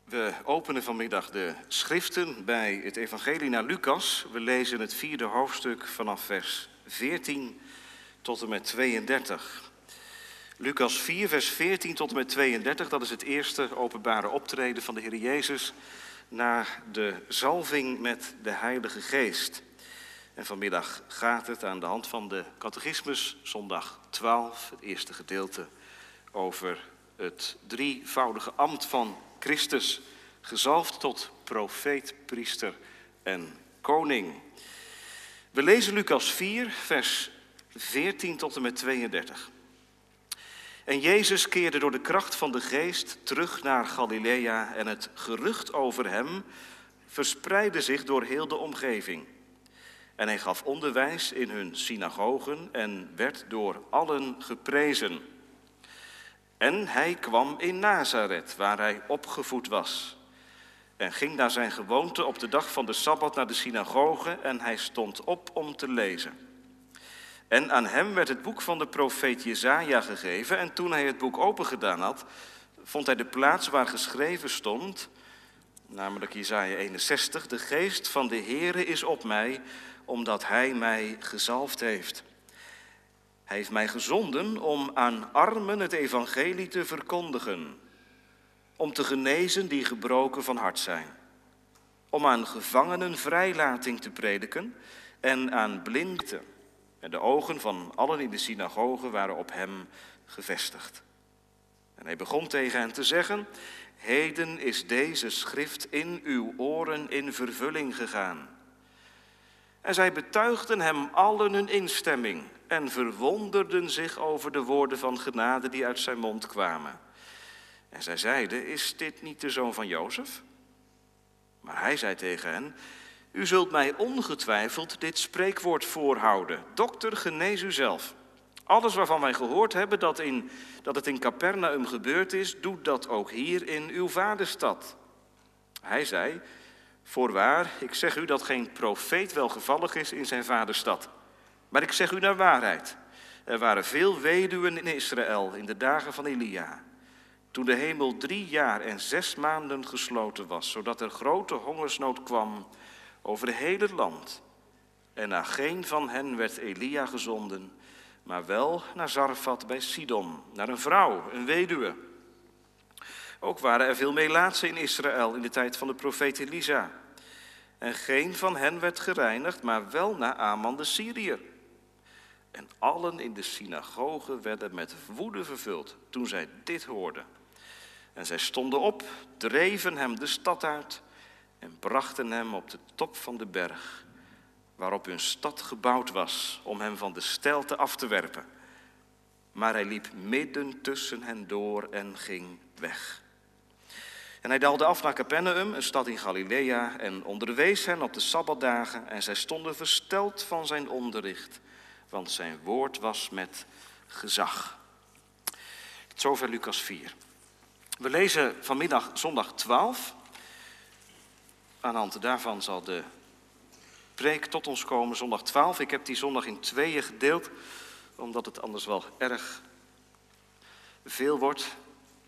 We openen vanmiddag de schriften bij het evangelie naar Lucas. We lezen het 4e hoofdstuk vanaf vers 14 tot en met 32. Lucas 4, vers 14 tot en met 32, dat is het eerste openbare optreden van de Heer Jezus na de zalving met de Heilige Geest. En vanmiddag gaat het aan de hand van de catechismus, zondag 12, het eerste gedeelte, over het drievoudige ambt van Christus, gezalfd tot profeet, priester en koning. We lezen Lucas 4, vers 14 tot en met 32. En Jezus keerde door de kracht van de Geest terug naar Galilea en het gerucht over hem verspreidde zich door heel de omgeving. En hij gaf onderwijs in hun synagogen en werd door allen geprezen. En hij kwam in Nazareth, waar hij opgevoed was. En ging naar zijn gewoonte op de dag van de Sabbat naar de synagoge en hij stond op om te lezen. En aan hem werd het boek van de profeet Jesaja gegeven. En toen hij het boek opengedaan had, vond hij de plaats waar geschreven stond, namelijk Jesaja 61, de geest van de Heere is op mij, omdat hij mij gezalfd heeft. Hij heeft mij gezonden om aan armen het evangelie te verkondigen, om te genezen die gebroken van hart zijn, om aan gevangenen vrijlating te prediken en aan blinden. En de ogen van allen in de synagoge waren op hem gevestigd. En hij begon tegen hen te zeggen: heden is deze schrift in uw oren in vervulling gegaan. En zij betuigden hem allen hun instemming en verwonderden zich over de woorden van genade die uit zijn mond kwamen. En zij zeiden: is dit niet de zoon van Jozef? Maar hij zei tegen hen: u zult mij ongetwijfeld dit spreekwoord voorhouden. Dokter, genees u zelf. Alles waarvan wij gehoord hebben dat het in Capernaum gebeurd is, doe dat ook hier in uw vaderstad. Hij zei: voorwaar, ik zeg u dat geen profeet welgevallig is in zijn vaderstad. Maar ik zeg u naar waarheid. Er waren veel weduwen in Israël in de dagen van Elia, toen de hemel 3 jaar en 6 maanden gesloten was, zodat er grote hongersnood kwam over het hele land. En naar geen van hen werd Elia gezonden, maar wel naar Zarfat bij Sidon, naar een vrouw, een weduwe. Ook waren er veel melaatsen in Israël in de tijd van de profeet Elisa. En geen van hen werd gereinigd, maar wel Naaman de Syriër. En allen in de synagoge werden met woede vervuld toen zij dit hoorden. En zij stonden op, dreven hem de stad uit en brachten hem op de top van de berg, waarop hun stad gebouwd was, om hem van de steilte af te werpen. Maar hij liep midden tussen hen door en ging weg. En hij daalde af naar Capernaum, een stad in Galilea, en onderwees hen op de Sabbatdagen. En zij stonden versteld van zijn onderricht, want zijn woord was met gezag. Tot zover Lucas 4. We lezen vanmiddag zondag 12. Aan de hand daarvan zal de preek tot ons komen, zondag 12. Ik heb die zondag in 2 gedeeld, omdat het anders wel erg veel wordt.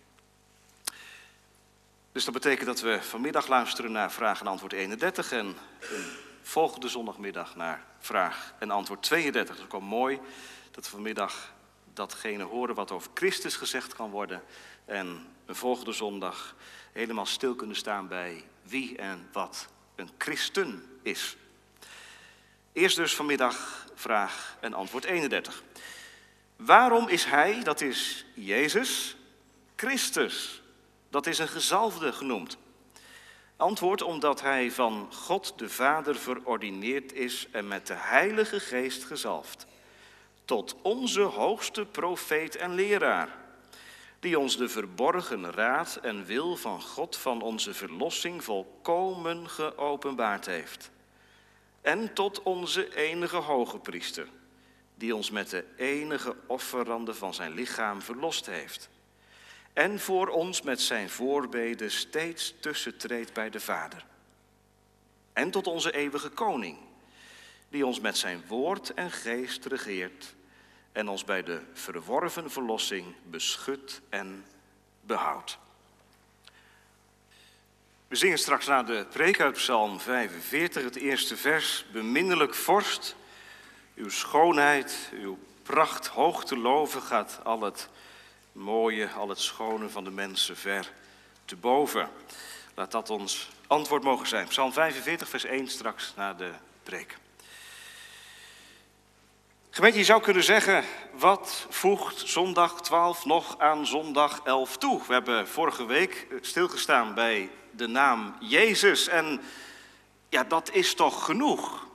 Dus dat betekent dat we vanmiddag luisteren naar vraag en antwoord 31 en volgende zondagmiddag naar vraag en antwoord 32. Het is ook wel mooi dat we vanmiddag datgene horen wat over Christus gezegd kan worden en een volgende zondag helemaal stil kunnen staan bij wie en wat een christen is. Eerst dus vanmiddag vraag en antwoord 31. Waarom is hij, dat is Jezus, Christus? Dat is een gezalfde genoemd. Antwoord: omdat hij van God de Vader verordineerd is en met de Heilige Geest gezalfd. Tot onze hoogste profeet en leraar, die ons de verborgen raad en wil van God van onze verlossing volkomen geopenbaard heeft. En tot onze enige hoge priester, die ons met de enige offerande van zijn lichaam verlost heeft. En voor ons met zijn voorbeden steeds tussentreedt bij de Vader. En tot onze eeuwige koning, die ons met zijn woord en geest regeert en ons bij de verworven verlossing beschut en behoudt. zingen straks na de preek uit Psalm 45, het eerste vers. Beminnelijk vorst, uw schoonheid, uw pracht hoog te loven gaat al het mooie, al het schone van de mensen ver te boven. Laat dat ons antwoord mogen zijn. Psalm 45, vers 1 straks na de preek. Gemeente, je zou kunnen zeggen, wat voegt zondag 12 nog aan zondag 11 toe? We hebben vorige week stilgestaan bij de naam Jezus en ja, dat is toch genoeg?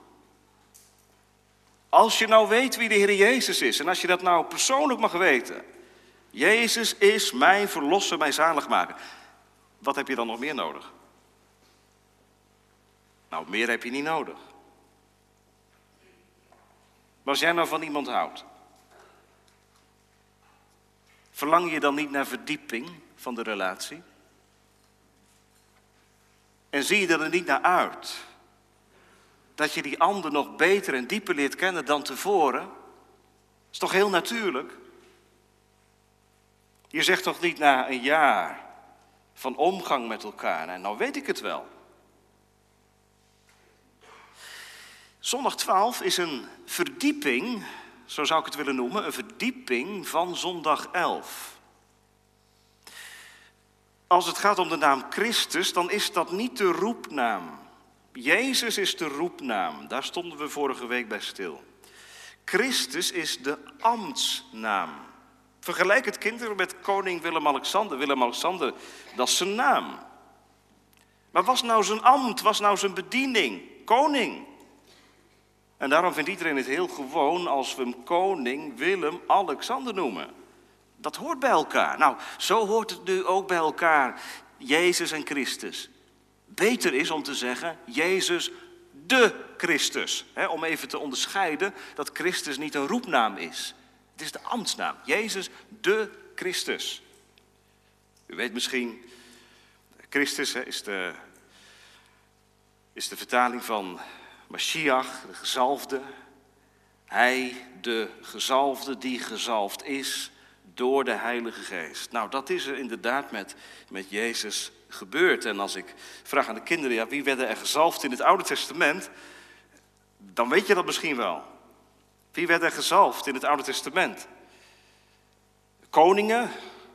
Als je nou weet wie de Heer Jezus is en als je dat nou persoonlijk mag weten. Jezus is mijn verlosser, mijn zaligmaker. Wat heb je dan nog meer nodig? Nou, meer heb je niet nodig. Maar als jij nou van iemand houdt, verlang je dan niet naar verdieping van de relatie? En zie je er niet naar uit dat je die ander nog beter en dieper leert kennen dan tevoren? Dat is toch heel natuurlijk? Je zegt toch niet na een jaar van omgang met elkaar, nou weet ik het wel. Zondag 12 is een verdieping, zo zou ik het willen noemen, een verdieping van zondag 11. Als het gaat om de naam Christus, dan is dat niet de roepnaam. Jezus is de roepnaam, daar stonden we vorige week bij stil. Christus is de ambtsnaam. Vergelijk het kinderen met koning Willem-Alexander. Willem-Alexander, dat is zijn naam. Maar was nou zijn ambt, was nou zijn bediening? Koning. En daarom vindt iedereen het heel gewoon als we hem koning Willem-Alexander noemen. Dat hoort bij elkaar. Nou, zo hoort het nu ook bij elkaar, Jezus en Christus. Beter is om te zeggen, Jezus de Christus. Om even te onderscheiden dat Christus niet een roepnaam is. Het is de ambtsnaam, Jezus de Christus. U weet misschien, Christus is de vertaling van Mashiach, de gezalfde. Hij, de gezalfde, die gezalfd is door de Heilige Geest. Nou, dat is er inderdaad met Jezus gebeurd. En als ik vraag aan de kinderen, ja, wie werden er gezalfd in het Oude Testament? Dan weet je dat misschien wel. Wie werd er gezalfd in het Oude Testament? Koningen,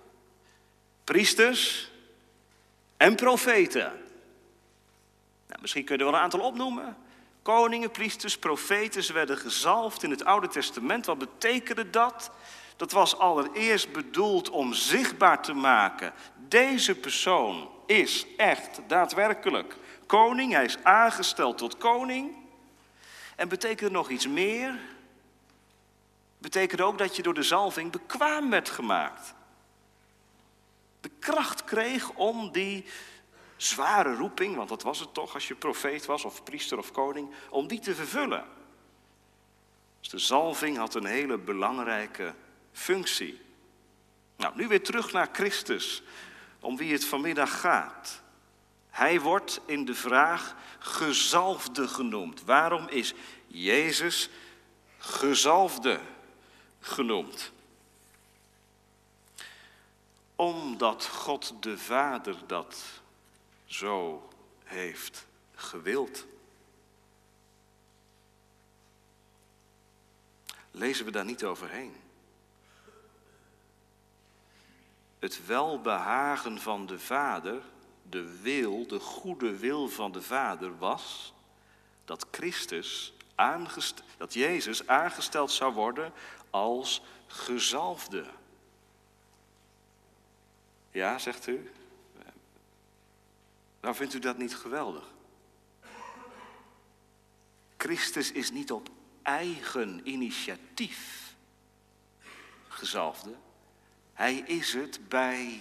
priesters en profeten. Nou, misschien kun je er wel een aantal opnoemen. Koningen, priesters, profeten, ze werden gezalfd in het Oude Testament. Wat betekende dat? Dat was allereerst bedoeld om zichtbaar te maken. Deze persoon is echt daadwerkelijk koning. Hij is aangesteld tot koning. En betekende nog iets meer. Betekende ook dat je door de zalving bekwaam werd gemaakt. De kracht kreeg om die zware roeping, want dat was het toch als je profeet was of priester of koning, om die te vervullen. Dus de zalving had een hele belangrijke functie. Nou, nu weer terug naar Christus, om wie het vanmiddag gaat. Hij wordt in de vraag gezalfde genoemd. Waarom is Jezus gezalfde genoemd? Omdat God de Vader dat zo heeft gewild. Lezen we daar niet overheen? Het welbehagen van de Vader, de goede wil van de Vader was dat dat Jezus aangesteld zou worden als gezalfde. Ja, zegt u? Nou, vindt u dat niet geweldig? Christus is niet op eigen initiatief gezalfde. Hij is het bij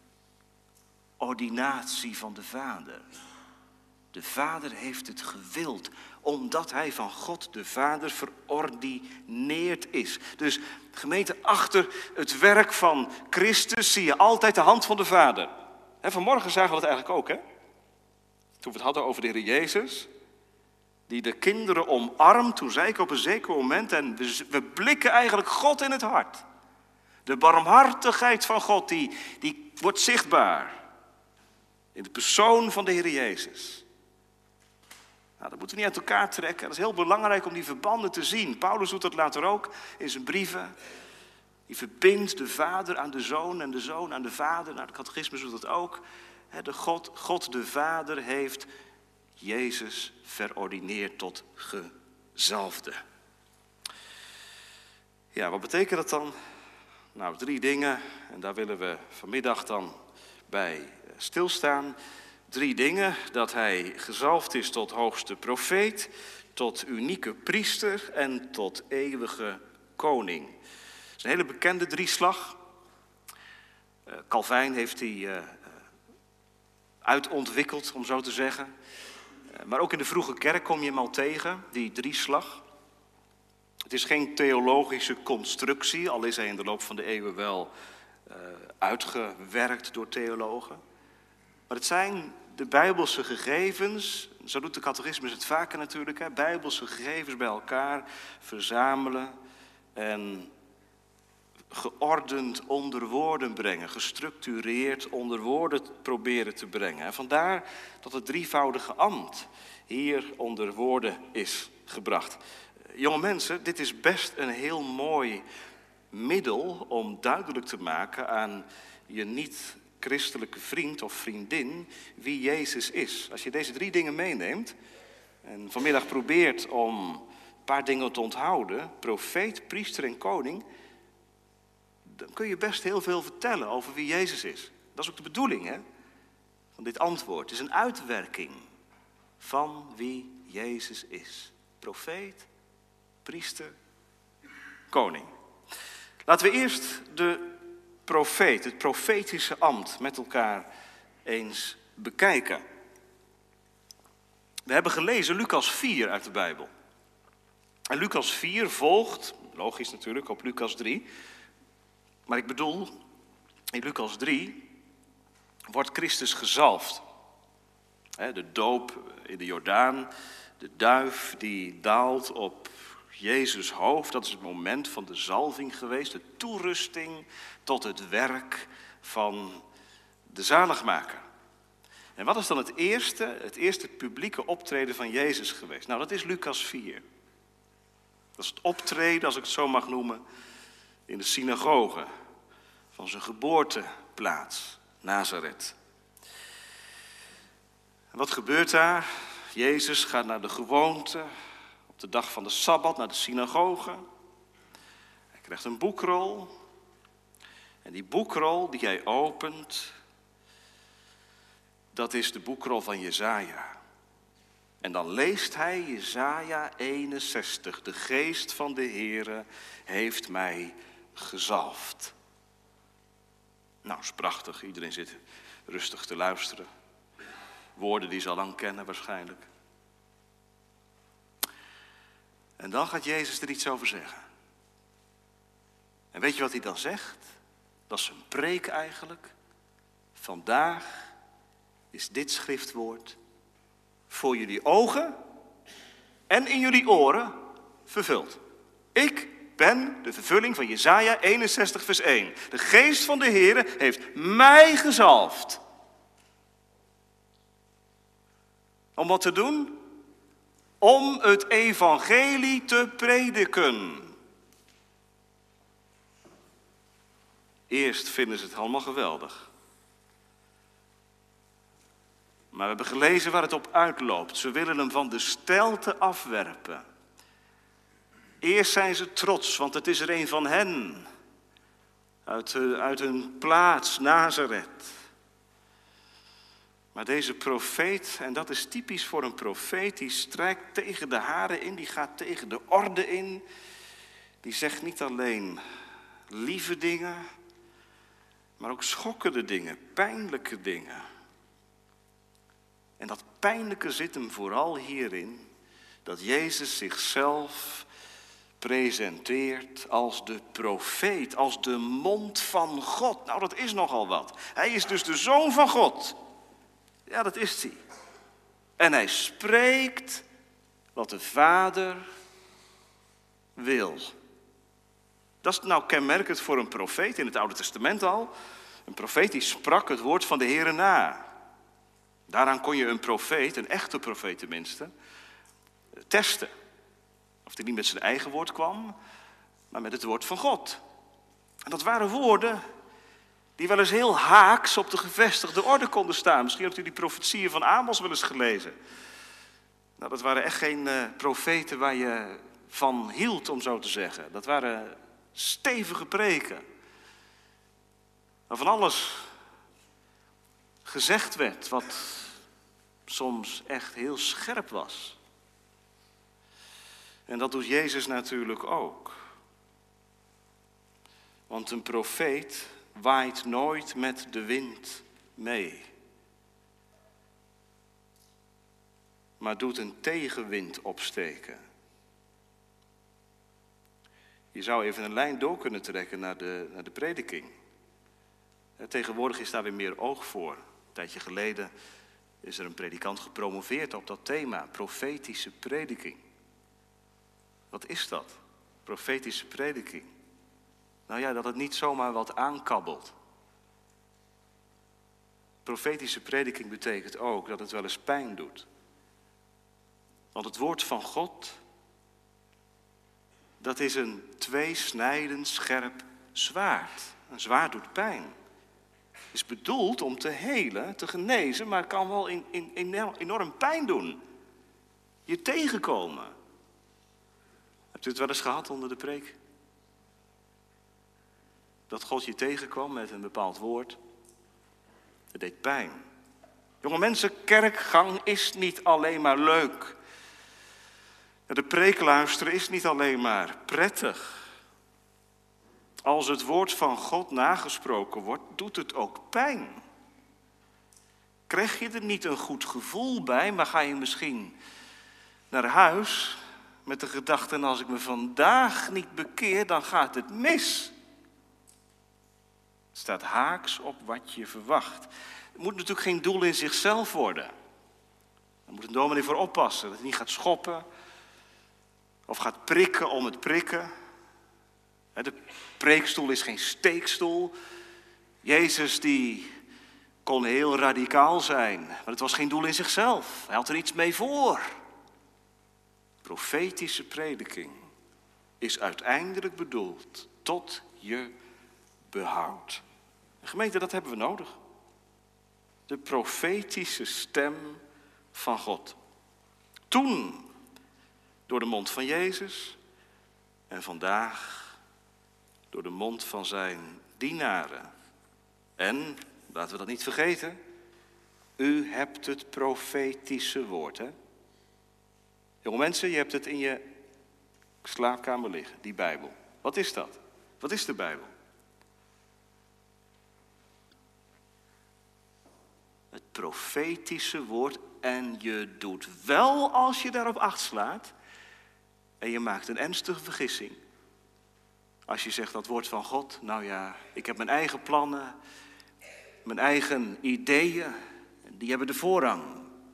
ordinatie van de Vader. De Vader heeft het gewild, omdat hij van God de Vader verordineerd is. Dus gemeente, achter het werk van Christus zie je altijd de hand van de Vader. Vanmorgen zagen we dat eigenlijk ook, hè? Toen we het hadden over de Heer Jezus, die de kinderen omarmt, toen zei ik op een zeker moment, en we blikken eigenlijk God in het hart. De barmhartigheid van God, die wordt zichtbaar. In de persoon van de Heer Jezus. Nou, dat moeten we niet uit elkaar trekken. Dat is heel belangrijk om die verbanden te zien. Paulus doet dat later ook in zijn brieven. Die verbindt de Vader aan de Zoon en de Zoon aan de Vader. Nou, de catechismus doet dat ook. God de Vader heeft Jezus verordineerd tot gezalfde. Ja, wat betekent dat dan? Nou, 3 dingen. En daar willen we vanmiddag dan bij stilstaan. 3 dingen. Dat hij gezalfd is tot hoogste profeet, tot unieke priester en tot eeuwige koning. Het is een hele bekende drieslag. Calvijn heeft die uitontwikkeld, om zo te zeggen. Maar ook in de vroege kerk kom je hem al tegen, die drieslag. Het is geen theologische constructie, al is hij in de loop van de eeuwen wel uitgewerkt door theologen. Maar het zijn de Bijbelse gegevens, zo doet de catechismus het vaker natuurlijk, Bijbelse gegevens bij elkaar verzamelen en geordend onder woorden brengen, gestructureerd onder woorden proberen te brengen. En vandaar dat het drievoudige ambt hier onder woorden is gebracht. Jonge mensen, dit is best een heel mooi middel om duidelijk te maken aan je niet-christelijke vriend of vriendin wie Jezus is. Als je deze 3 dingen meeneemt en vanmiddag probeert om een paar dingen te onthouden, profeet, priester en koning, dan kun je best heel veel vertellen over wie Jezus is. Dat is ook de bedoeling van dit antwoord. Het is een uitwerking van wie Jezus is. Profeet, priester, koning. Laten we eerst de profeet, het profetische ambt met elkaar eens bekijken. We hebben gelezen Lucas 4 uit de Bijbel. En Lucas 4 volgt, logisch natuurlijk, op Lucas 3. Maar ik bedoel, in Lucas 3 wordt Christus gezalfd. De doop in de Jordaan, de duif die daalt op Jezus' hoofd. Dat is het moment van de zalving geweest, de toerusting tot het werk van de zaligmaker. En wat is dan het eerste publieke optreden van Jezus geweest? Nou, dat is Lucas 4. Dat is het optreden, als ik het zo mag noemen, in de synagoge van zijn geboorteplaats, Nazareth. En wat gebeurt daar? Jezus gaat naar de gewoonte, op de dag van de Sabbat, naar de synagoge. Hij krijgt een boekrol. En die boekrol die hij opent, dat is de boekrol van Jesaja. En dan leest hij Jesaja 61. De geest van de Heere heeft mij gezalfd. Nou, is prachtig. Iedereen zit rustig te luisteren. Woorden die ze al lang kennen waarschijnlijk. En dan gaat Jezus er iets over zeggen. En weet je wat hij dan zegt? Dat is een preek eigenlijk. Vandaag is dit schriftwoord voor jullie ogen en in jullie oren vervuld. Ik ben de vervulling van Jesaja 61 vers 1. De geest van de Heere heeft mij gezalfd. Om wat te doen? Om het evangelie te prediken. Eerst vinden ze het allemaal geweldig. Maar we hebben gelezen waar het op uitloopt. Ze willen hem van de steilte afwerpen. Eerst zijn ze trots, want het is er een van hen. Uit hun plaats, Nazareth. Maar deze profeet, en dat is typisch voor een profeet, die strijkt tegen de haren in, die gaat tegen de orde in. Die zegt niet alleen lieve dingen, maar ook schokkende dingen, pijnlijke dingen. En dat pijnlijke zit hem vooral hierin, dat Jezus zichzelf presenteert als de profeet, als de mond van God. Nou, dat is nogal wat. Hij is dus de Zoon van God. Ja, dat is hij. En hij spreekt wat de Vader wil. Dat is nou kenmerkend voor een profeet in het Oude Testament al. Een profeet die sprak het woord van de Heere na. Daaraan kon je een profeet, een echte profeet tenminste, testen. Of hij niet met zijn eigen woord kwam, maar met het woord van God. En dat waren woorden die wel eens heel haaks op de gevestigde orde konden staan. Misschien hebt u die profetieën van Amos wel eens gelezen. Nou, dat waren echt geen profeten waar je van hield, om zo te zeggen. Dat waren stevige preken. Waarvan alles gezegd werd wat soms echt heel scherp was. En dat doet Jezus natuurlijk ook. Want een profeet waait nooit met de wind mee. Maar doet een tegenwind opsteken. Je zou even een lijn door kunnen trekken naar de prediking. Tegenwoordig is daar weer meer oog voor. Een tijdje geleden is er een predikant gepromoveerd op dat thema. Profetische prediking. Wat is dat? Profetische prediking. Nou ja, dat het niet zomaar wat aankabbelt. Profetische prediking betekent ook dat het wel eens pijn doet. Want het woord van God, dat is een tweesnijdend scherp zwaard. Een zwaard doet pijn. Het is bedoeld om te helen, te genezen, maar het kan wel enorm pijn doen. Je tegenkomen. Hebt u het wel eens gehad onder de preek? Dat God je tegenkwam met een bepaald woord. Het deed pijn. Jonge mensen, kerkgang is niet alleen maar leuk. De preek luisteren is niet alleen maar prettig. Als het woord van God nagesproken wordt, doet het ook pijn. Krijg je er niet een goed gevoel bij, maar ga je misschien naar huis met de gedachte: als ik me vandaag niet bekeer, dan gaat het mis. Het staat haaks op wat je verwacht. Het moet natuurlijk geen doel in zichzelf worden. Daar moet een dominee voor oppassen, dat hij niet gaat schoppen of gaat prikken om het prikken. De preekstoel is geen steekstoel. Jezus die kon heel radicaal zijn, maar het was geen doel in zichzelf. Hij had er iets mee voor. Profetische prediking is uiteindelijk bedoeld tot je behoud. Gemeente, dat hebben we nodig. De profetische stem van God. Toen door de mond van Jezus en vandaag door de mond van zijn dienaren. En, laten we dat niet vergeten, u hebt het profetische woord, hè? Jonge mensen, je hebt het in je slaapkamer liggen, die Bijbel. Wat is dat? Wat is de Bijbel? Het profetische woord. En je doet wel als je daarop acht slaat. En je maakt een ernstige vergissing. Als je zegt dat woord van God, nou ja, ik heb mijn eigen plannen, mijn eigen ideeën, die hebben de voorrang.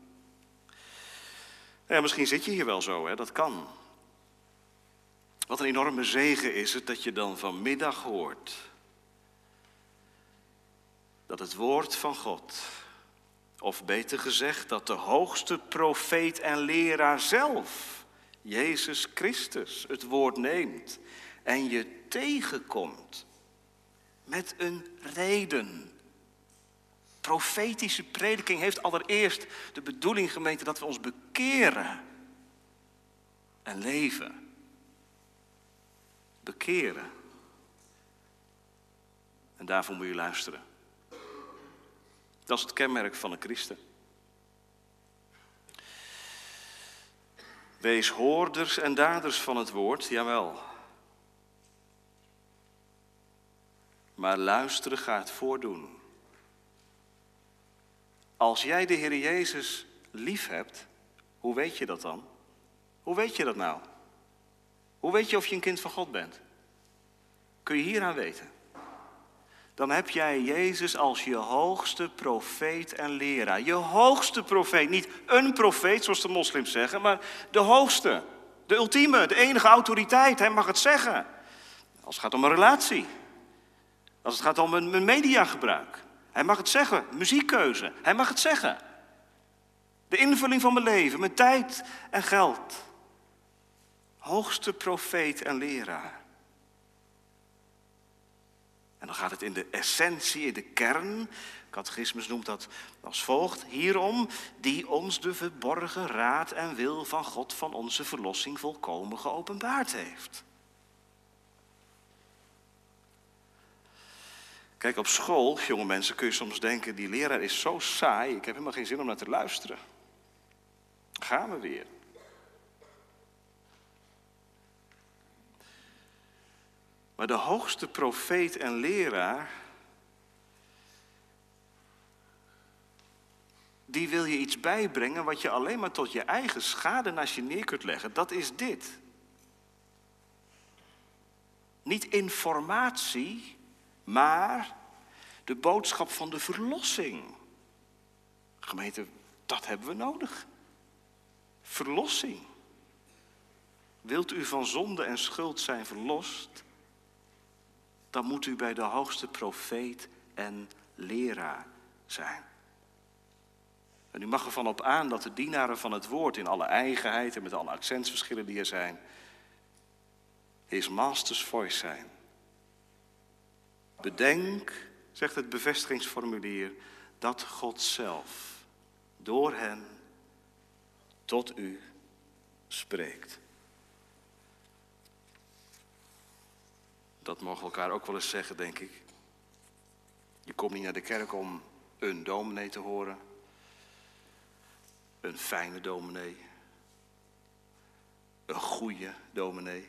Ja, misschien zit je hier wel zo, hè? Dat kan. Wat een enorme zegen is het dat je dan vanmiddag hoort dat het woord van God, of beter gezegd dat de hoogste profeet en leraar zelf, Jezus Christus, het woord neemt en je tegenkomt met een reden. Profetische prediking heeft allereerst de bedoeling, gemeente, dat we ons bekeren en leven. Bekeren. En daarvoor moet je luisteren. Dat is het kenmerk van een christen. Wees hoorders en daders van het woord, jawel. Maar luisteren gaat voordoen. Als jij de Heer Jezus lief hebt, hoe weet je dat dan? Hoe weet je dat nou? Hoe weet je of je een kind van God bent? Kun je hieraan weten? Dan heb jij Jezus als je hoogste profeet en leraar. Je hoogste profeet, niet een profeet zoals de moslims zeggen, maar de hoogste, de ultieme, de enige autoriteit. Hij mag het zeggen. Als het gaat om een relatie, als het gaat om een mediagebruik. Hij mag het zeggen, muziekkeuze, hij mag het zeggen. De invulling van mijn leven, mijn tijd en geld. Hoogste profeet en leraar. En dan gaat het in de essentie, in de kern. Catechismus noemt dat als volgt. Hierom, die ons de verborgen raad en wil van God van onze verlossing volkomen geopenbaard heeft. Kijk, op school, jonge mensen, kun je soms denken, die leraar is zo saai, ik heb helemaal geen zin om naar te luisteren. Gaan we weer. Maar de hoogste profeet en leraar, die wil je iets bijbrengen wat je alleen maar tot je eigen schade naast je neer kunt leggen. Dat is dit. Niet informatie, maar de boodschap van de verlossing. Gemeente, dat hebben we nodig. Verlossing. Wilt u van zonde en schuld zijn verlost? Dan moet u bij de hoogste profeet en leraar zijn. En u mag ervan op aan dat de dienaren van het woord in alle eigenheid en met alle accentsverschillen die er zijn, his master's voice zijn. Bedenk, zegt het bevestigingsformulier, dat God zelf door hen tot u spreekt. Dat mogen we elkaar ook wel eens zeggen, denk ik. Je komt niet naar de kerk om een dominee te horen. Een fijne dominee. Een goede dominee.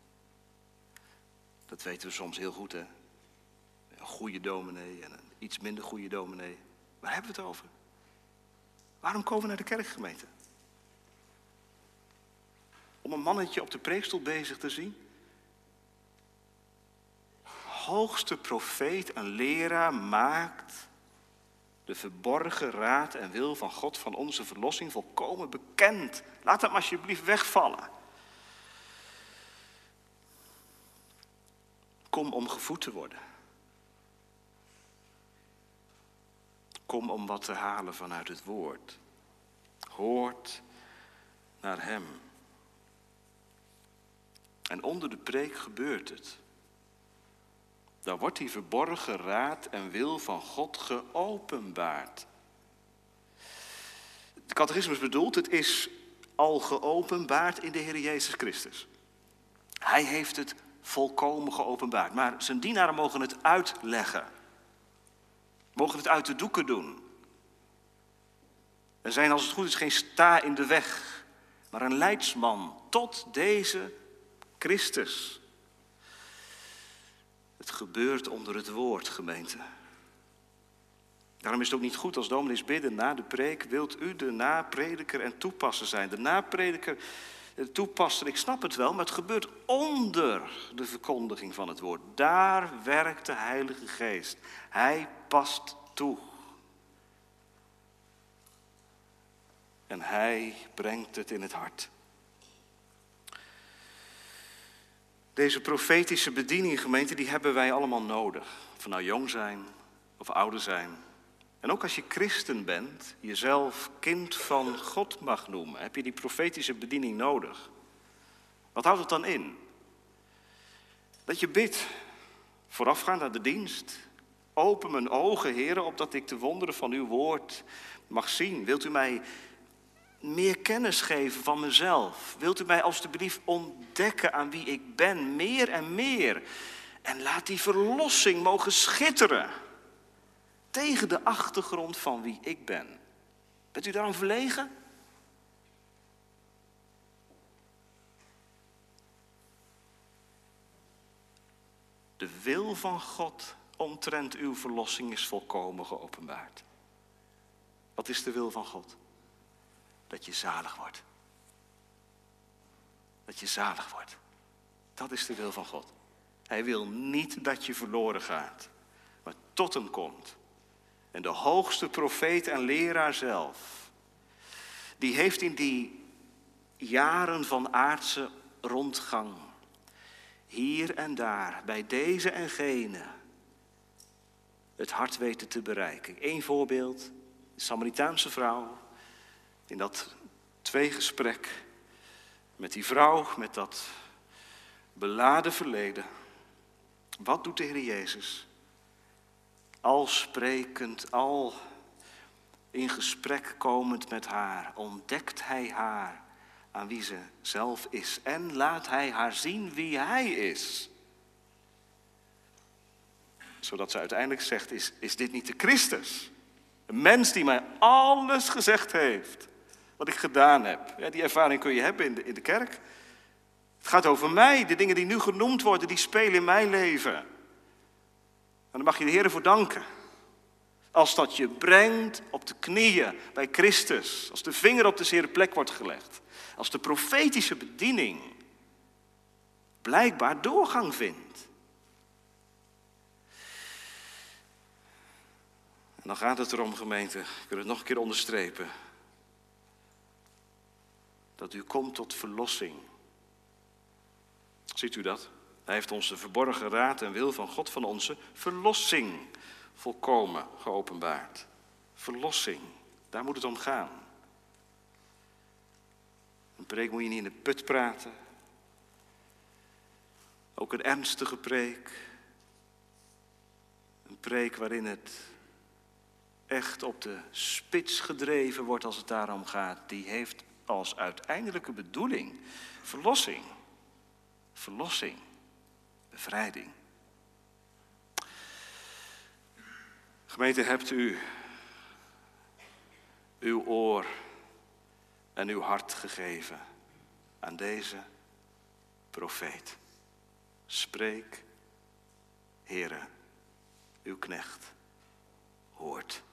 Dat weten we soms heel goed, hè. Een goede dominee en een iets minder goede dominee. Waar hebben we het over? Waarom komen we naar de kerkgemeente? Om een mannetje op de preekstoel bezig te zien? Hoogste profeet en leraar maakt de verborgen raad en wil van God van onze verlossing volkomen bekend. Laat dat maar alsjeblieft wegvallen. Kom om gevoed te worden. Kom om wat te halen vanuit het woord. Hoort naar hem. En onder de preek gebeurt het. Dan wordt die verborgen raad en wil van God geopenbaard. De catechismus bedoelt, het is al geopenbaard in de Heer Jezus Christus. Hij heeft het volkomen geopenbaard. Maar zijn dienaren mogen het uitleggen. Mogen het uit de doeken doen. Er zijn als het goed is geen sta in de weg, maar een leidsman tot deze Christus. Het gebeurt onder het woord, gemeente. Daarom is het ook niet goed als dominees bidden na de preek. Wilt u de naprediker en toepasser zijn? De naprediker, de toepasser, ik snap het wel, maar het gebeurt onder de verkondiging van het woord. Daar werkt de Heilige Geest. Hij past toe. En hij brengt het in het hart. Deze profetische bediening, gemeente, die hebben wij allemaal nodig. Of we nou jong zijn of ouder zijn. En ook als je christen bent, jezelf kind van God mag noemen, heb je die profetische bediening nodig. Wat houdt het dan in? Dat je bidt, voorafgaand aan de dienst. Open mijn ogen, Heere, opdat ik de wonderen van uw woord mag zien. Wilt u mij meer kennis geven van mezelf? Wilt u mij alstublieft ontdekken aan wie ik ben, meer en meer? En laat die verlossing mogen schitteren tegen de achtergrond van wie ik ben. Bent u daarom verlegen? De wil van God omtrent uw verlossing is volkomen geopenbaard. Wat is de wil van God? Dat je zalig wordt. Dat je zalig wordt. Dat is de wil van God. Hij wil niet dat je verloren gaat, maar tot hem komt. En de hoogste profeet en leraar zelf, die heeft in die jaren van aardse rondgang, hier en daar, bij deze en gene, het hart weten te bereiken. Eén voorbeeld, de Samaritaanse vrouw, In dat tweegesprek met die vrouw, met dat beladen verleden. Wat doet de Heer Jezus? Al sprekend, al in gesprek komend met haar, ontdekt hij haar aan wie ze zelf is. En laat hij haar zien wie hij is. Zodat ze uiteindelijk zegt, is dit niet de Christus? Een mens die mij alles gezegd heeft wat ik gedaan heb. Ja, die ervaring kun je hebben in de kerk. Het gaat over mij. De dingen die nu genoemd worden, die spelen in mijn leven. En daar mag je de Heer voor danken. Als dat je brengt op de knieën bij Christus. Als de vinger op de zere plek wordt gelegd. Als de profetische bediening blijkbaar doorgang vindt. En dan gaat het erom, gemeente, ik wil het nog een keer onderstrepen. Dat u komt tot verlossing. Ziet u dat? Hij heeft ons de verborgen raad en wil van God van onze verlossing volkomen geopenbaard. Verlossing, daar moet het om gaan. Een preek moet je niet in de put praten. Ook een ernstige preek. Een preek waarin het echt op de spits gedreven wordt als het daarom gaat. Die heeft als uiteindelijke bedoeling verlossing. Verlossing. Bevrijding. Gemeente, hebt u uw oor en uw hart gegeven aan deze profeet. Spreek, Heere, uw knecht hoort.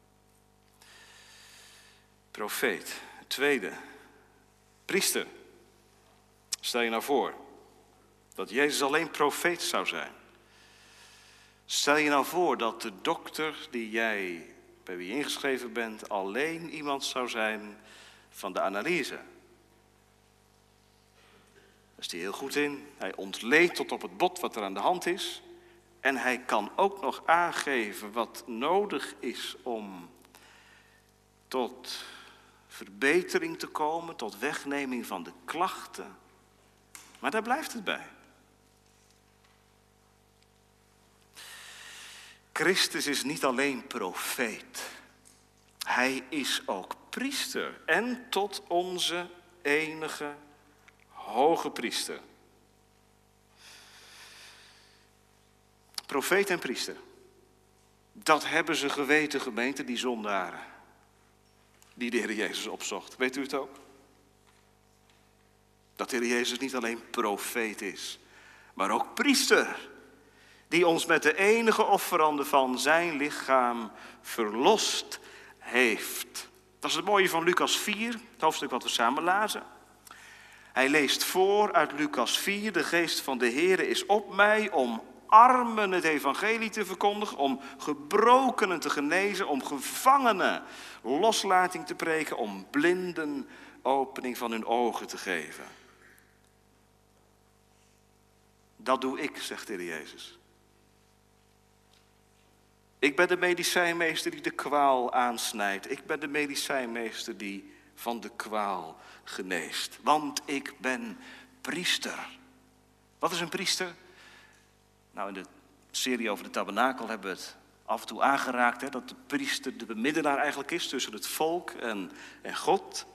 Profeet. Tweede, priester. Stel je nou voor dat Jezus alleen profeet zou zijn. Stel je nou voor dat de dokter die jij, bij wie je ingeschreven bent, alleen iemand zou zijn van de analyse. Daar is hij heel goed in. Hij ontleedt tot op het bot wat er aan de hand is. En hij kan ook nog aangeven wat nodig is om tot verbetering te komen, tot wegneming van de klachten. Maar daar blijft het bij. Christus is niet alleen profeet. Hij is ook priester. En tot onze enige hoge priester. Profeet en priester. Dat hebben ze geweten, gemeente, die zondaren. Die de Heer Jezus opzocht. Weet u het ook? Dat de Heer Jezus niet alleen profeet is, maar ook priester. Die ons met de enige offerande van zijn lichaam verlost heeft. Dat is het mooie van Lucas 4, het hoofdstuk wat we samen lazen. Hij leest voor uit Lucas 4, de geest van de Heere is op mij om armen het evangelie te verkondigen, om gebrokenen te genezen, om gevangenen loslating te preken, om blinden opening van hun ogen te geven. Dat doe ik, zegt de Heer Jezus. Ik ben de medicijnmeester die de kwaal aansnijdt. Ik ben de medicijnmeester die van de kwaal geneest. Want ik ben priester. Wat is een priester? Nou, in de serie over de tabernakel hebben we het af en toe aangeraakt. Hè, dat de priester de bemiddelaar eigenlijk is tussen het volk en God.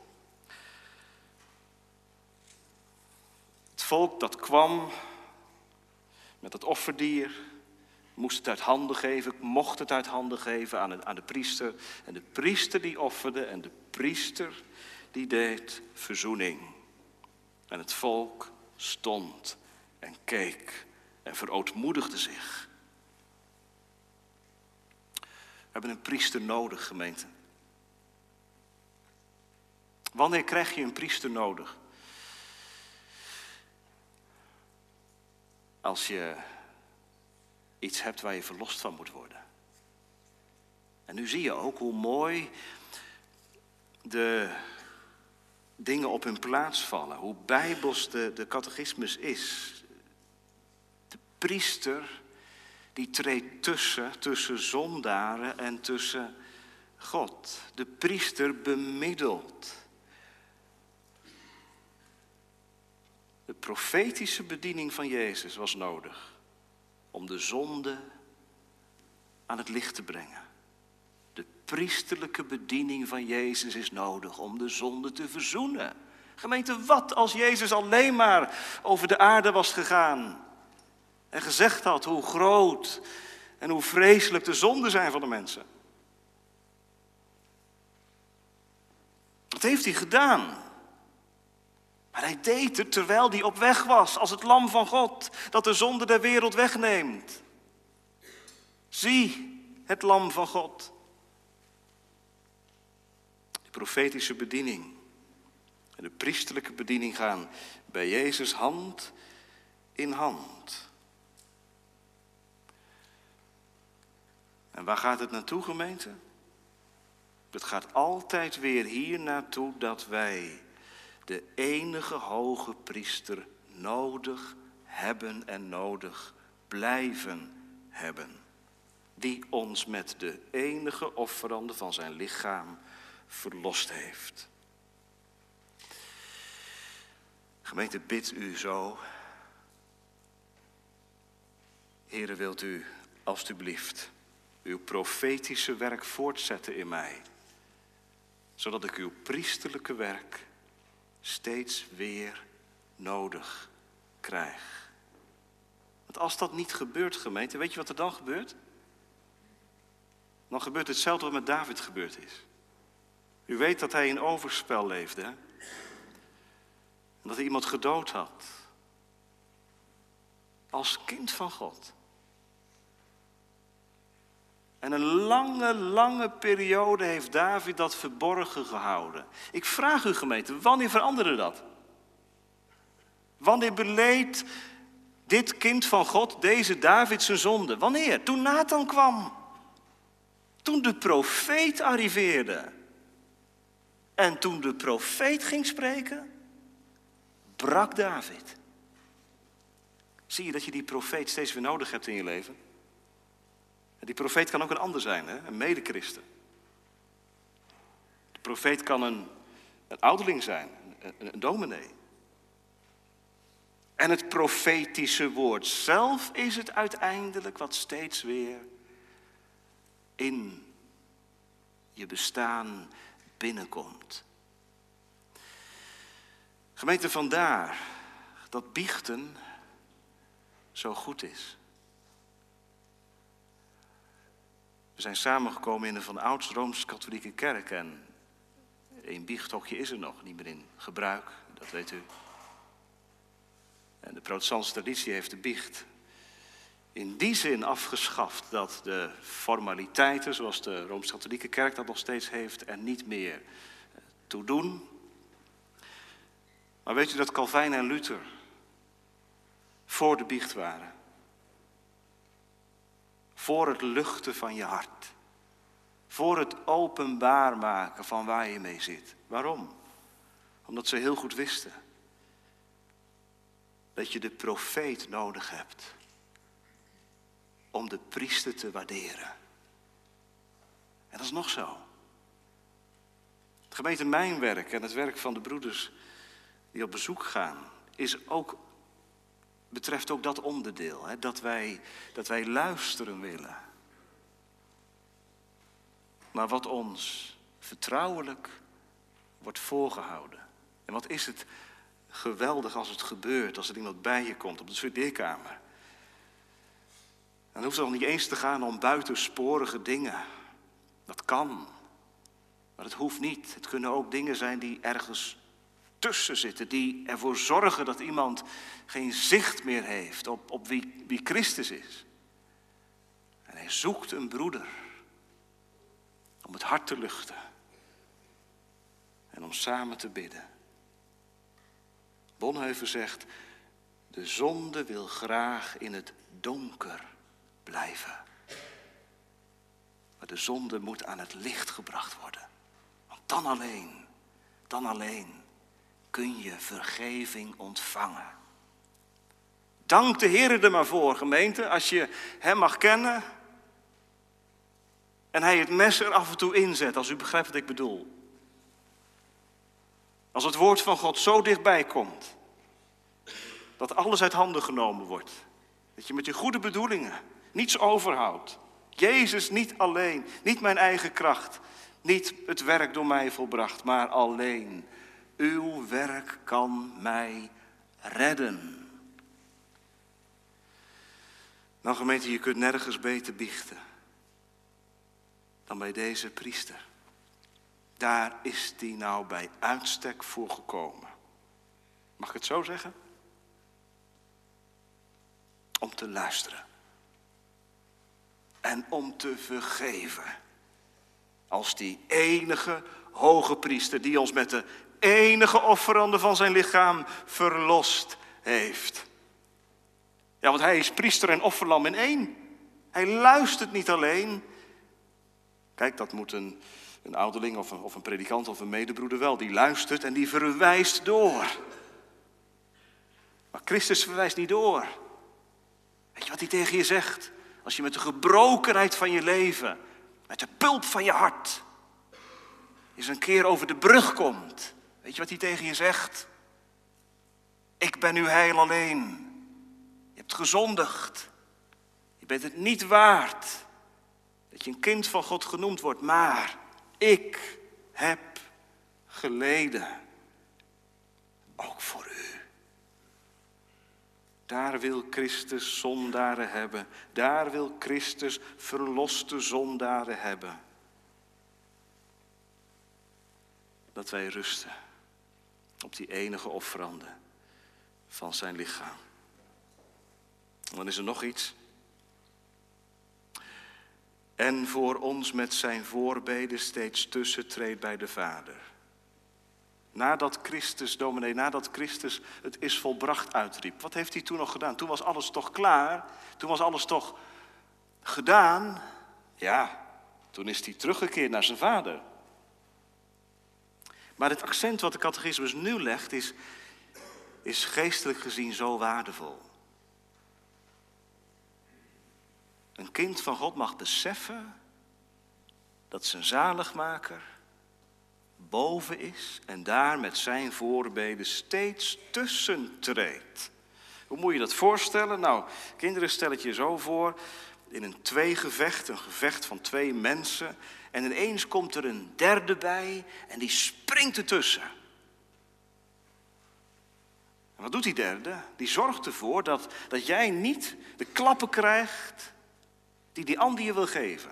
Het volk dat kwam met het offerdier, moest het uit handen geven, mocht het uit handen geven aan de priester. En de priester die offerde en de priester die deed verzoening. En het volk stond en keek en verootmoedigde zich. We hebben een priester nodig, gemeente. Wanneer krijg je een priester nodig? Als je iets hebt waar je verlost van moet worden. En nu zie je ook hoe mooi de dingen op hun plaats vallen. Hoe bijbels de catechismus is. De priester die treedt tussen zondaren en tussen God, de priester, bemiddelt. De profetische bediening van Jezus was nodig om de zonde aan het licht te brengen. De priesterlijke bediening van Jezus is nodig om de zonde te verzoenen. Gemeente, wat als Jezus alleen maar over de aarde was gegaan en gezegd had hoe groot en hoe vreselijk de zonden zijn van de mensen? Dat heeft hij gedaan. Maar hij deed het terwijl hij op weg was als het lam van God dat de zonde der wereld wegneemt. Zie het lam van God. De profetische bediening en de priesterlijke bediening gaan bij Jezus hand in hand. En waar gaat het naartoe, gemeente? Het gaat altijd weer hier naartoe dat wij de enige hoge priester nodig hebben en nodig blijven hebben. Die ons met de enige offerande van zijn lichaam verlost heeft. Gemeente, bid u zo. Heere, wilt u alstublieft uw profetische werk voortzetten in mij, zodat ik uw priesterlijke werk steeds weer nodig krijg. Want als dat niet gebeurt, gemeente, weet je wat er dan gebeurt? Dan gebeurt hetzelfde wat met David gebeurd is. U weet dat hij in overspel leefde, hè? En dat hij iemand gedood had. Als kind van God. En een lange periode heeft David dat verborgen gehouden. Ik vraag u, gemeente, wanneer veranderde dat? Wanneer beleed dit kind van God, deze David, zijn zonde? Wanneer? Toen Nathan kwam. Toen de profeet arriveerde. En toen de profeet ging spreken, brak David. Zie je dat je die profeet steeds weer nodig hebt in je leven? En die profeet kan ook een ander zijn, hè? Een medechristen. De profeet kan een ouderling zijn, een dominee. En het profetische woord zelf is het uiteindelijk wat steeds weer in je bestaan binnenkomt. Gemeente, vandaar dat biechten zo goed is. We zijn samengekomen in een van ouds Rooms-Katholieke kerk en één biechthokje is er nog, niet meer in gebruik, dat weet u. En de protestantse traditie heeft de biecht in die zin afgeschaft dat de formaliteiten, zoals de Rooms-Katholieke kerk dat nog steeds heeft, er niet meer toe doen. Maar weet u dat Calvijn en Luther voor de biecht waren? Voor het luchten van je hart. Voor het openbaar maken van waar je mee zit. Waarom? Omdat ze heel goed wisten dat je de profeet nodig hebt om de priester te waarderen. En dat is nog zo. Gemeente, mijn werk en het werk van de broeders die op bezoek gaan, betreft ook dat onderdeel. Hè, dat wij luisteren willen naar wat ons vertrouwelijk wordt voorgehouden. En wat is het geweldig als het gebeurt, als er iemand bij je komt op de studeerkamer. Dan hoeft het nog niet eens te gaan om buitensporige dingen. Dat kan, maar het hoeft niet. Het kunnen ook dingen zijn die ergens tussen zitten, die ervoor zorgen dat iemand geen zicht meer heeft op wie Christus is. En hij zoekt een broeder om het hart te luchten en om samen te bidden. Bonhoeffer zegt, de zonde wil graag in het donker blijven. Maar de zonde moet aan het licht gebracht worden. Want dan alleen kun je vergeving ontvangen. Dank de Heer er maar voor, gemeente, als je hem mag kennen En hij het mes er af en toe inzet, als u begrijpt wat ik bedoel. Als het woord van God zo dichtbij komt, dat alles uit handen genomen wordt. Dat je met je goede bedoelingen niets overhoudt. Jezus niet alleen, niet mijn eigen kracht, niet het werk door mij volbracht, maar alleen uw werk kan mij redden. Nou gemeente, je kunt nergens beter biechten dan bij deze priester. Daar is die nou bij uitstek voor gekomen. Mag ik het zo zeggen? Om te luisteren. En om te vergeven. Als die enige hoge priester die ons met de enige offerande van zijn lichaam verlost heeft. Ja, want hij is priester en offerlam in één. Hij luistert niet alleen. Kijk, dat moet een ouderling of een predikant of een medebroeder wel. Die luistert en die verwijst door. Maar Christus verwijst niet door. Weet je wat hij tegen je zegt? Als je met de gebrokenheid van je leven, met de pulp van je hart, eens een keer over de brug komt. Weet je wat hij tegen je zegt? Ik ben uw heil alleen. Je hebt gezondigd. Je bent het niet waard dat je een kind van God genoemd wordt. Maar ik heb geleden. Ook voor u. Daar wil Christus zondaren hebben. Daar wil Christus verloste zondaren hebben. Dat wij rusten op die enige offerande van zijn lichaam. En dan is er nog iets. En voor ons met zijn voorbeden steeds tussentreedt bij de Vader. Nadat Christus het is volbracht uitriep. Wat heeft hij toen nog gedaan? Toen was alles toch klaar? Toen was alles toch gedaan? Ja, toen is hij teruggekeerd naar zijn Vader. Maar het accent wat de catechismus nu legt is geestelijk gezien zo waardevol. Een kind van God mag beseffen dat zijn zaligmaker boven is en daar met zijn voorbeden steeds tussen treedt. Hoe moet je dat voorstellen? Nou, kinderen, stel het je zo voor, in een tweegevecht, een gevecht van twee mensen, en ineens komt er een derde bij en die springt ertussen. En wat doet die derde? Die zorgt ervoor dat jij niet de klappen krijgt die ander je wil geven.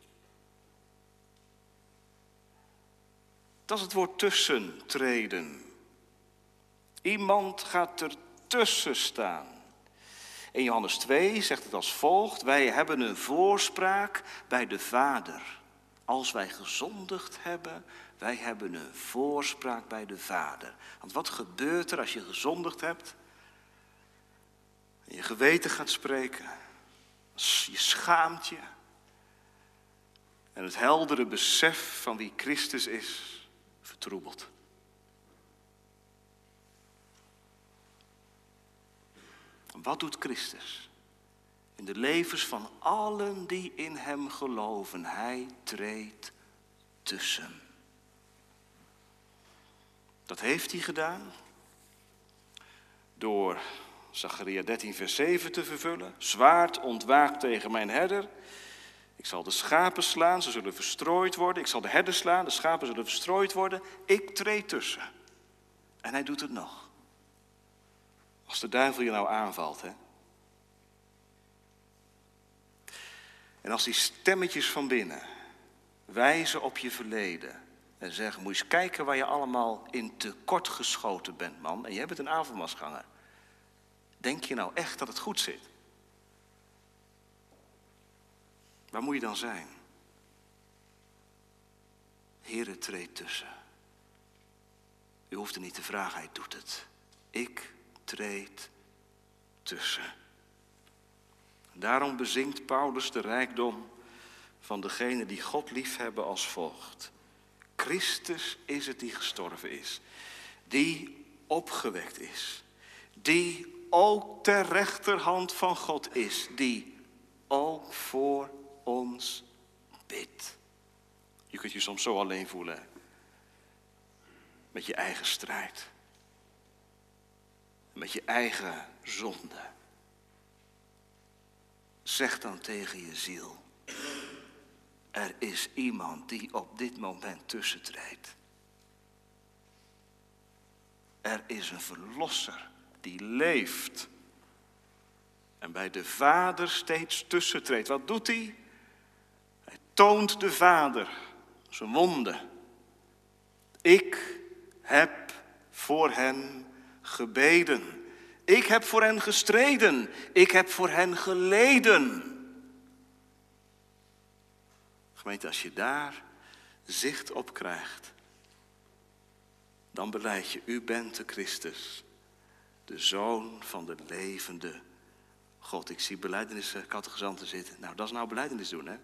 Dat is het woord tussentreden. Iemand gaat er tussen staan. In Johannes 2 zegt het als volgt: wij hebben een voorspraak bij de Vader. Als wij gezondigd hebben, wij hebben een voorspraak bij de Vader. Want wat gebeurt er als je gezondigd hebt? En je geweten gaat spreken. Je schaamt je. En het heldere besef van wie Christus is, vertroebeld. Wat doet Christus? In de levens van allen die in hem geloven. Hij treedt tussen. Dat heeft hij gedaan door Zacharia 13 vers 7 te vervullen. Zwaard ontwaakt tegen mijn herder. Ik zal de schapen slaan, ze zullen verstrooid worden. Ik zal de herder slaan, de schapen zullen verstrooid worden. Ik treed tussen. En hij doet het nog. Als de duivel je nou aanvalt, hè. En als die stemmetjes van binnen wijzen op je verleden en zeggen: moet je eens kijken waar je allemaal in tekort geschoten bent, man. En jij bent een avondmaalsganger. Denk je nou echt dat het goed zit? Waar moet je dan zijn? Heere, treed tussen. U hoeft er niet te vragen, hij doet het. Ik treed tussen. Daarom bezingt Paulus de rijkdom van degenen die God liefhebben als volgt. Christus is het die gestorven is, die opgewekt is, die ook ter rechterhand van God is, die ook voor ons bid. Je kunt je soms zo alleen voelen. Met je eigen strijd. Met je eigen zonde. Zeg dan tegen je ziel. Er is iemand die op dit moment tussentreedt. Er is een verlosser die leeft. En bij de Vader steeds tussentreedt. Wat doet hij? Hij toont de Vader zijn wonde. Ik heb voor hen gebeden. Ik heb voor hen gestreden. Ik heb voor hen geleden. Gemeente, als je daar zicht op krijgt, dan belijd je, u bent de Christus, de Zoon van de levende God. Ik zie belijdenis catechizanten zitten. Nou, dat is nou belijdenis doen, hè?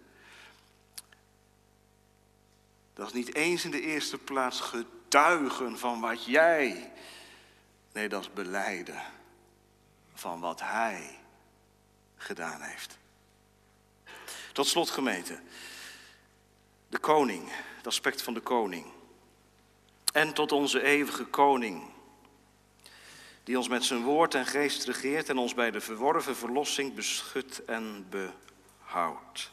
Dat is niet eens in de eerste plaats getuigen van wat jij. Nee, dat is belijden van wat hij gedaan heeft. Tot slot, gemeente. De koning, het aspect van de koning. En tot onze eeuwige koning. Die ons met zijn woord en geest regeert en ons bij de verworven verlossing beschut en behoudt.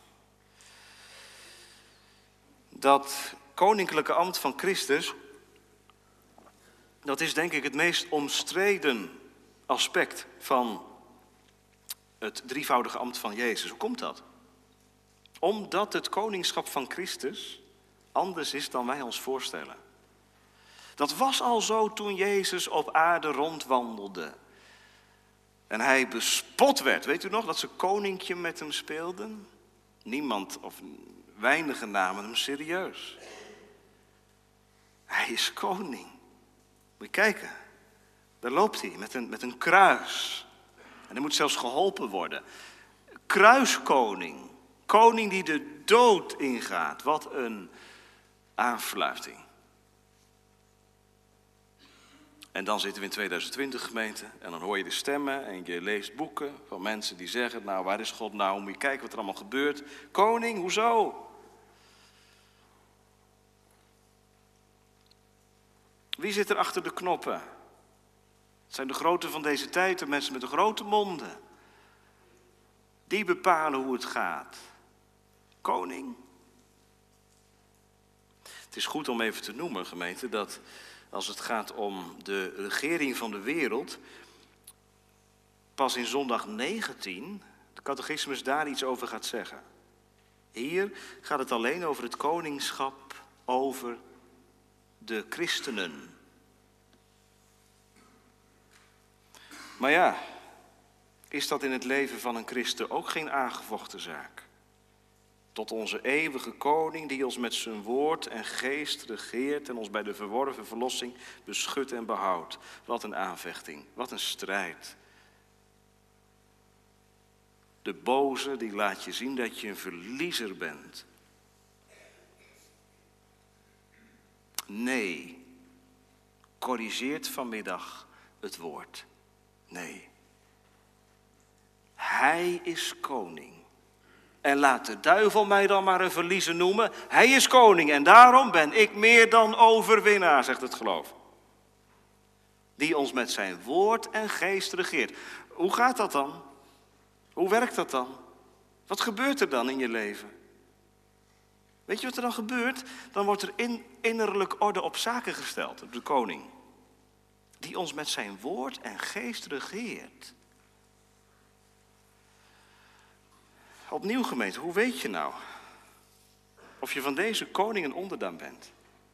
Dat koninklijke ambt van Christus, dat is denk ik het meest omstreden aspect van het drievoudige ambt van Jezus. Hoe komt dat? Omdat het koningschap van Christus anders is dan wij ons voorstellen. Dat was al zo toen Jezus op aarde rondwandelde. En hij bespot werd. Weet u nog dat ze koninkje met hem speelden? Niemand of weinigen namen hem serieus. Hij is koning. Moet je kijken. Daar loopt hij met een kruis. En hij moet zelfs geholpen worden. Kruiskoning. Koning die de dood ingaat. Wat een aanfluiting. En dan zitten we in 2020, gemeente. En dan hoor je de stemmen en je leest boeken van mensen die zeggen, nou, waar is God nou? Moet je kijken wat er allemaal gebeurt. Koning, hoezo? Wie zit er achter de knoppen? Het zijn de groten van deze tijd, de mensen met de grote monden. Die bepalen hoe het gaat. Koning. Het is goed om even te noemen, gemeente, dat als het gaat om de regering van de wereld, pas in zondag 19 de catechismus daar iets over gaat zeggen. Hier gaat het alleen over het koningschap over de christenen. Maar ja, is dat in het leven van een christen ook geen aangevochten zaak? Tot onze eeuwige koning die ons met zijn woord en geest regeert en ons bij de verworven verlossing beschut en behoudt. Wat een aanvechting, wat een strijd. De boze die laat je zien dat je een verliezer bent. Nee, corrigeert vanmiddag het woord. Nee, hij is koning. En laat de duivel mij dan maar een verliezer noemen. Hij is koning en daarom ben ik meer dan overwinnaar, zegt het geloof. Die ons met zijn woord en geest regeert. Hoe gaat dat dan? Hoe werkt dat dan? Wat gebeurt er dan in je leven? Weet je wat er dan gebeurt? Dan wordt er innerlijk orde op zaken gesteld, op de koning. Die ons met zijn woord en geest regeert. Opnieuw, gemeente, hoe weet je nou of je van deze koning een onderdaan bent?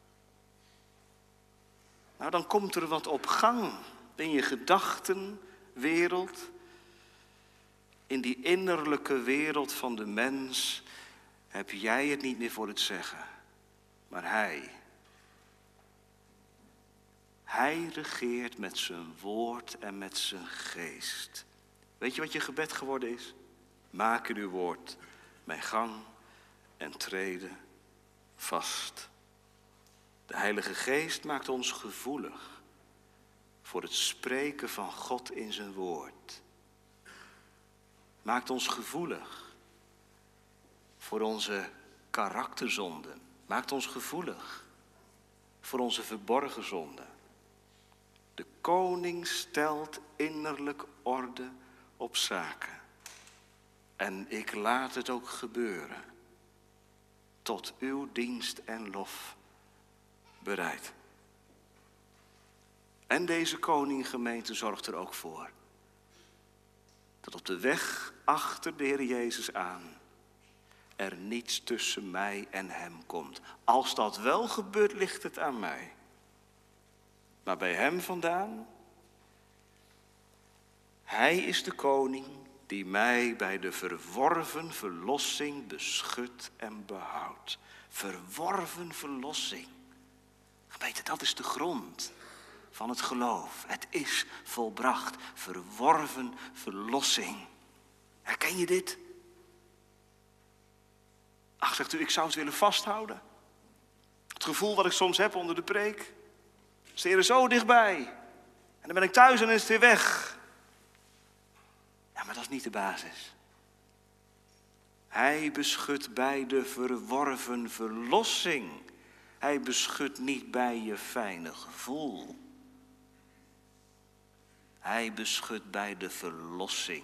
Nou, dan komt er wat op gang in je gedachtenwereld, in die innerlijke wereld van de mens heb jij het niet meer voor het zeggen, maar hij. Hij regeert met zijn woord en met zijn geest. Weet je wat je gebed geworden is? Maak in uw woord mijn gang en treden vast. De Heilige Geest maakt ons gevoelig voor het spreken van God in zijn woord. Maakt ons gevoelig voor onze karakterzonden. Maakt ons gevoelig voor onze verborgen zonden. De koning stelt innerlijk orde op zaken. En ik laat het ook gebeuren. Tot uw dienst en lof bereid. En deze koninggemeente zorgt er ook voor dat op de weg achter de Heer Jezus aan er niets tussen mij en hem komt. Als dat wel gebeurt, ligt het aan mij. Maar bij hem vandaan, hij is de koning die mij bij de verworven verlossing beschut en behoudt. Verworven verlossing. Gemeente, dat is de grond van het geloof. Het is volbracht. Verworven verlossing. Herken je dit? Ach, zegt u, ik zou het willen vasthouden. Het gevoel wat ik soms heb onder de preek. Is de Heer zo dichtbij. En dan ben ik thuis en dan is het weer weg. Ja, maar dat is niet de basis. Hij beschut bij de verworven verlossing. Hij beschut niet bij je fijne gevoel. Hij beschut bij de verlossing.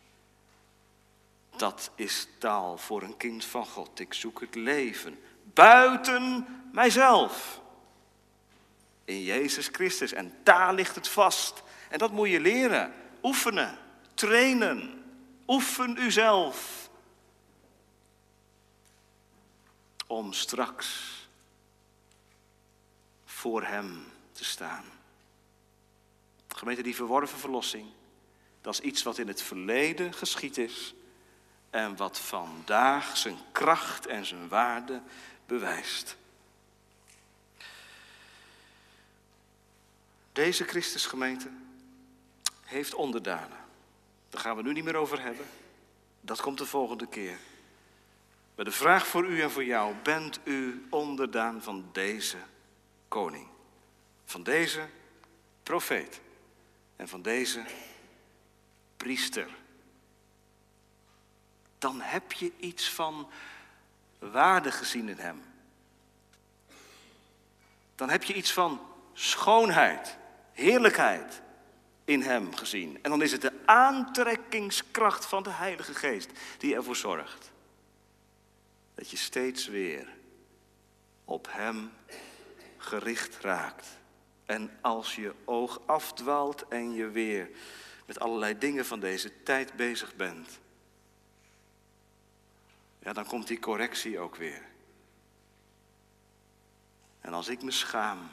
Dat is taal voor een kind van God. Ik zoek het leven buiten mijzelf. In Jezus Christus. En daar ligt het vast. En dat moet je leren. Oefenen. Trainen. Oefen uzelf. Om straks voor hem te staan. Gemeente, die verworven verlossing. Dat is iets wat in het verleden geschied is. En wat vandaag zijn kracht en zijn waarde bewijst. Deze Christusgemeente heeft onderdanen. Daar gaan we nu niet meer over hebben. Dat komt de volgende keer. Maar de vraag voor u en voor jou. Bent u onderdaan van deze koning? Van deze profeet? En van deze priester? Dan heb je iets van waarde gezien in hem. Dan heb je iets van schoonheid, heerlijkheid in hem gezien. En dan is het de aantrekkingskracht van de Heilige Geest die ervoor zorgt dat je steeds weer op hem gericht raakt. En als je oog afdwaalt en je weer met allerlei dingen van deze tijd bezig bent, ja, dan komt die correctie ook weer. En als ik me schaam,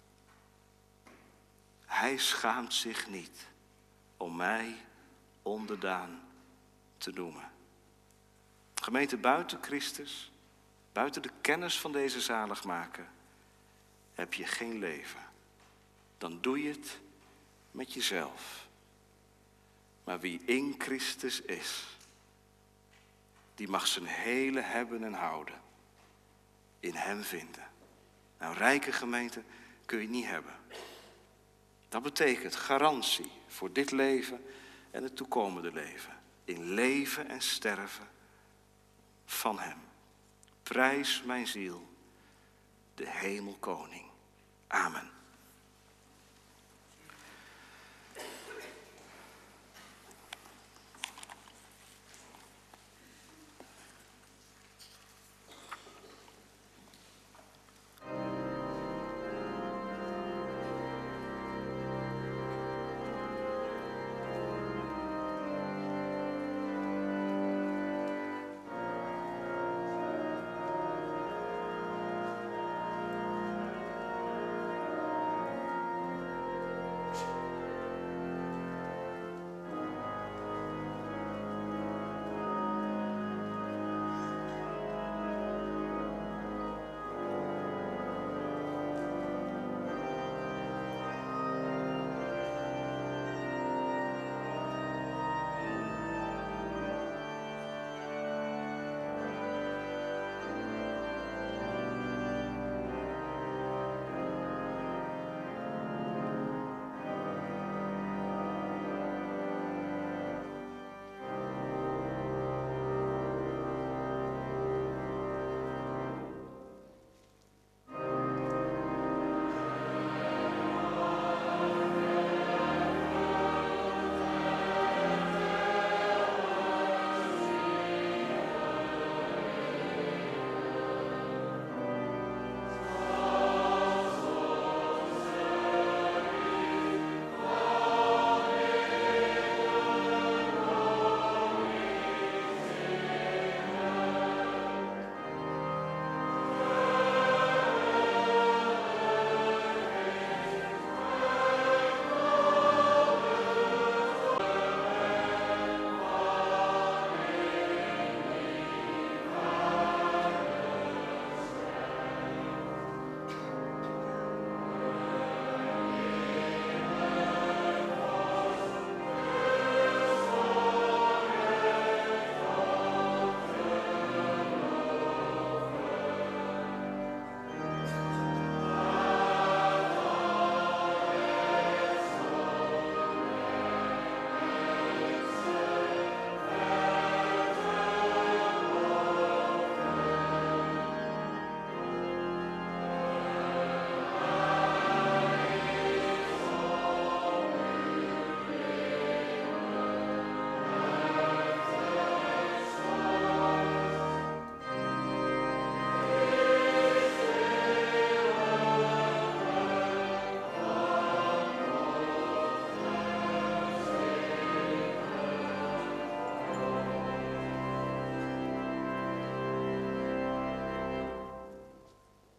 hij schaamt zich niet om mij onderdaan te noemen. Gemeente, buiten Christus, buiten de kennis van deze zaligmaker, heb je geen leven. Dan doe je het met jezelf. Maar wie in Christus is, die mag zijn hele hebben en houden in hem vinden. Nou, rijke gemeente kun je niet hebben. Dat betekent garantie voor dit leven en het toekomende leven. In leven en sterven van hem. Prijs mijn ziel, de hemelkoning. Amen.